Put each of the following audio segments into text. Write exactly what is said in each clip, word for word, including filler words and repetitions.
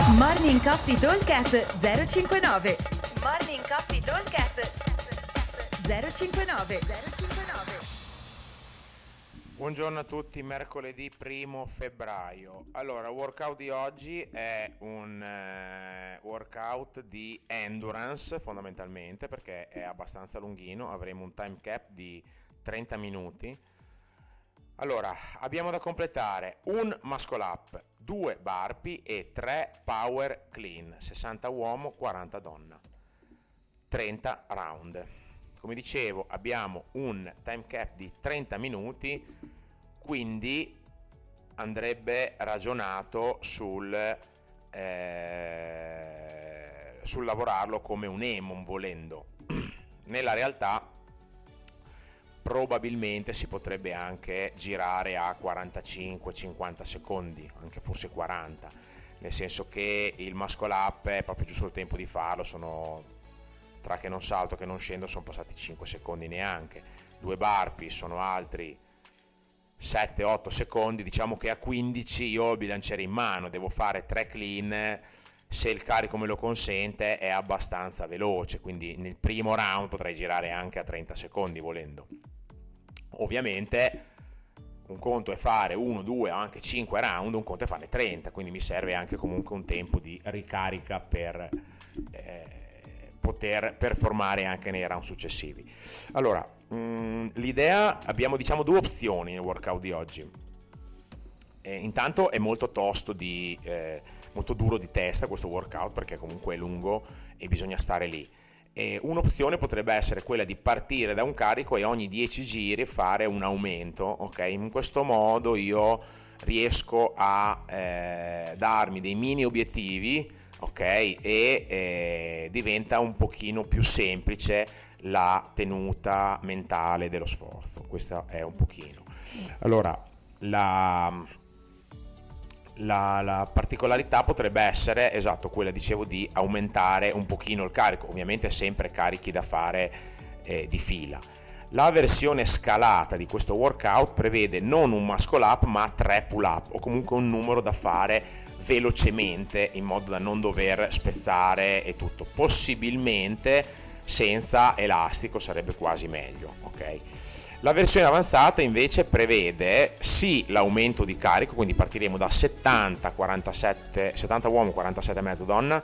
Morning Coffee Talkcast zero cinquantanove. Morning Coffee Talkcast zero cinquantanove. Buongiorno a tutti, mercoledì primo febbraio. Allora, il workout di oggi è un uh, workout di endurance fondamentalmente, perché è abbastanza lunghino, avremo un time cap di trenta minuti. Allora, abbiamo da completare un muscle up, due burpee e tre power clean, sessanta uomo, quaranta donna, trenta round. Come dicevo, abbiamo un time cap di trenta minuti, quindi andrebbe ragionato sul, eh, sul lavorarlo come un E M O M volendo. Nella realtà probabilmente si potrebbe anche girare a quarantacinque cinquanta secondi, anche forse quaranta, nel senso che il muscle up è proprio giusto il tempo di farlo, sono tra che non salto che non scendo sono passati cinque secondi neanche, due burpee sono altri sette otto secondi, diciamo che a quindici io ho il bilanciere in mano, devo fare tre clean, se il carico me lo consente è abbastanza veloce, quindi nel primo round potrei girare anche a trenta secondi volendo. Ovviamente un conto è fare uno, due o anche cinque round, un conto è farne trenta, quindi mi serve anche comunque un tempo di ricarica per eh, poter performare anche nei round successivi. Allora, mh, l'idea, abbiamo diciamo due opzioni nel workout di oggi. Eh, intanto è molto tosto di eh, molto duro di testa questo workout, perché comunque è lungo e bisogna stare lì. E un'opzione potrebbe essere quella di partire da un carico e ogni dieci giri fare un aumento, ok? In questo modo io riesco a eh, darmi dei mini obiettivi, ok? E eh, diventa un pochino più semplice la tenuta mentale dello sforzo. Questo è un pochino. Allora, la La, la particolarità potrebbe essere, esatto, quella dicevo di aumentare un pochino il carico, ovviamente sempre carichi da fare eh, di fila. La versione scalata di questo workout prevede non un muscle up ma tre pull up, o comunque un numero da fare velocemente in modo da non dover spezzare e tutto, possibilmente senza elastico, sarebbe quasi meglio, ok? La versione avanzata invece prevede sì l'aumento di carico, quindi partiremo da settanta quarantasette, settanta uomo, quarantasette e mezzo donna,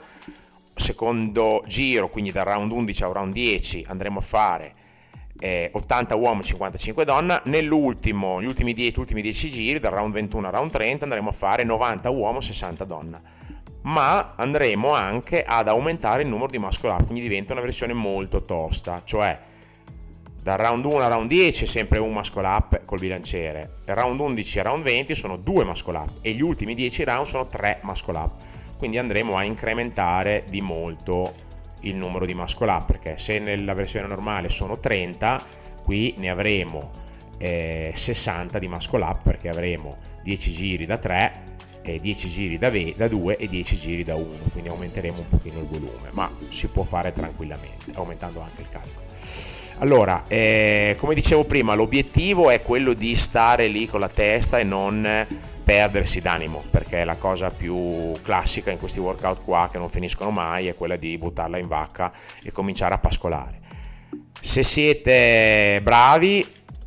secondo giro, quindi dal round undici al round dieci andremo a fare eh, ottanta uomo, cinquantacinque donna, nell'ultimo, gli ultimi dieci, ultimi dieci giri, dal round ventuno al round trenta andremo a fare novanta uomo, sessanta donna, ma andremo anche ad aumentare il numero di muscle up, quindi diventa una versione molto tosta, cioè dal round uno al round dieci è sempre un muscle up col bilanciere, dal round undici al round venti sono due muscle up e gli ultimi dieci round sono tre muscle up, quindi andremo a incrementare di molto il numero di muscle up, perché se nella versione normale sono trenta, qui ne avremo eh, sessanta di muscle up, perché avremo dieci giri da tre, e dieci giri da, ve- da due e dieci giri da uno, quindi aumenteremo un pochino il volume, ma si può fare tranquillamente aumentando anche il carico. Allora, eh, come dicevo prima, l'obiettivo è quello di stare lì con la testa e non perdersi d'animo, perché la cosa più classica in questi workout qua, che non finiscono mai, è quella di buttarla in vacca e cominciare a pascolare. Se siete bravi,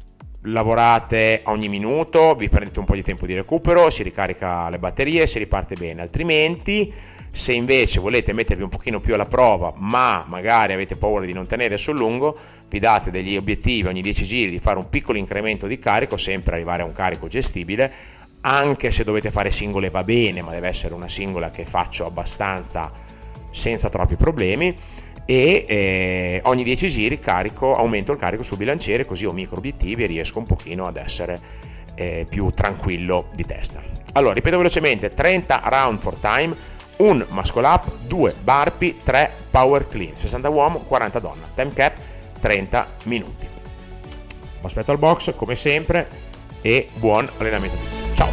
lavorate ogni minuto, vi prendete un po' di tempo di recupero, si ricarica le batterie, si riparte bene. Altrimenti, se invece volete mettervi un pochino più alla prova, ma magari avete paura di non tenere sul lungo, vi date degli obiettivi ogni dieci giri di fare un piccolo incremento di carico, sempre arrivare a un carico gestibile. Anche se dovete fare singole va bene, ma deve essere una singola che faccio abbastanza senza troppi problemi. E eh, ogni dieci giri carico, aumento il carico sul bilanciere, così ho micro obiettivi e riesco un pochino ad essere eh, più tranquillo di testa. Allora, ripeto velocemente: trenta round for time, un muscle up, due burpee, tre power clean, sessanta uomo, quaranta donna, time cap trenta minuti. Vi aspetto al box come sempre e buon allenamento a tutti. Ciao!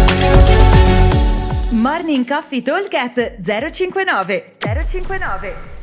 Morning Coffee Talkcast zero cinquantanove.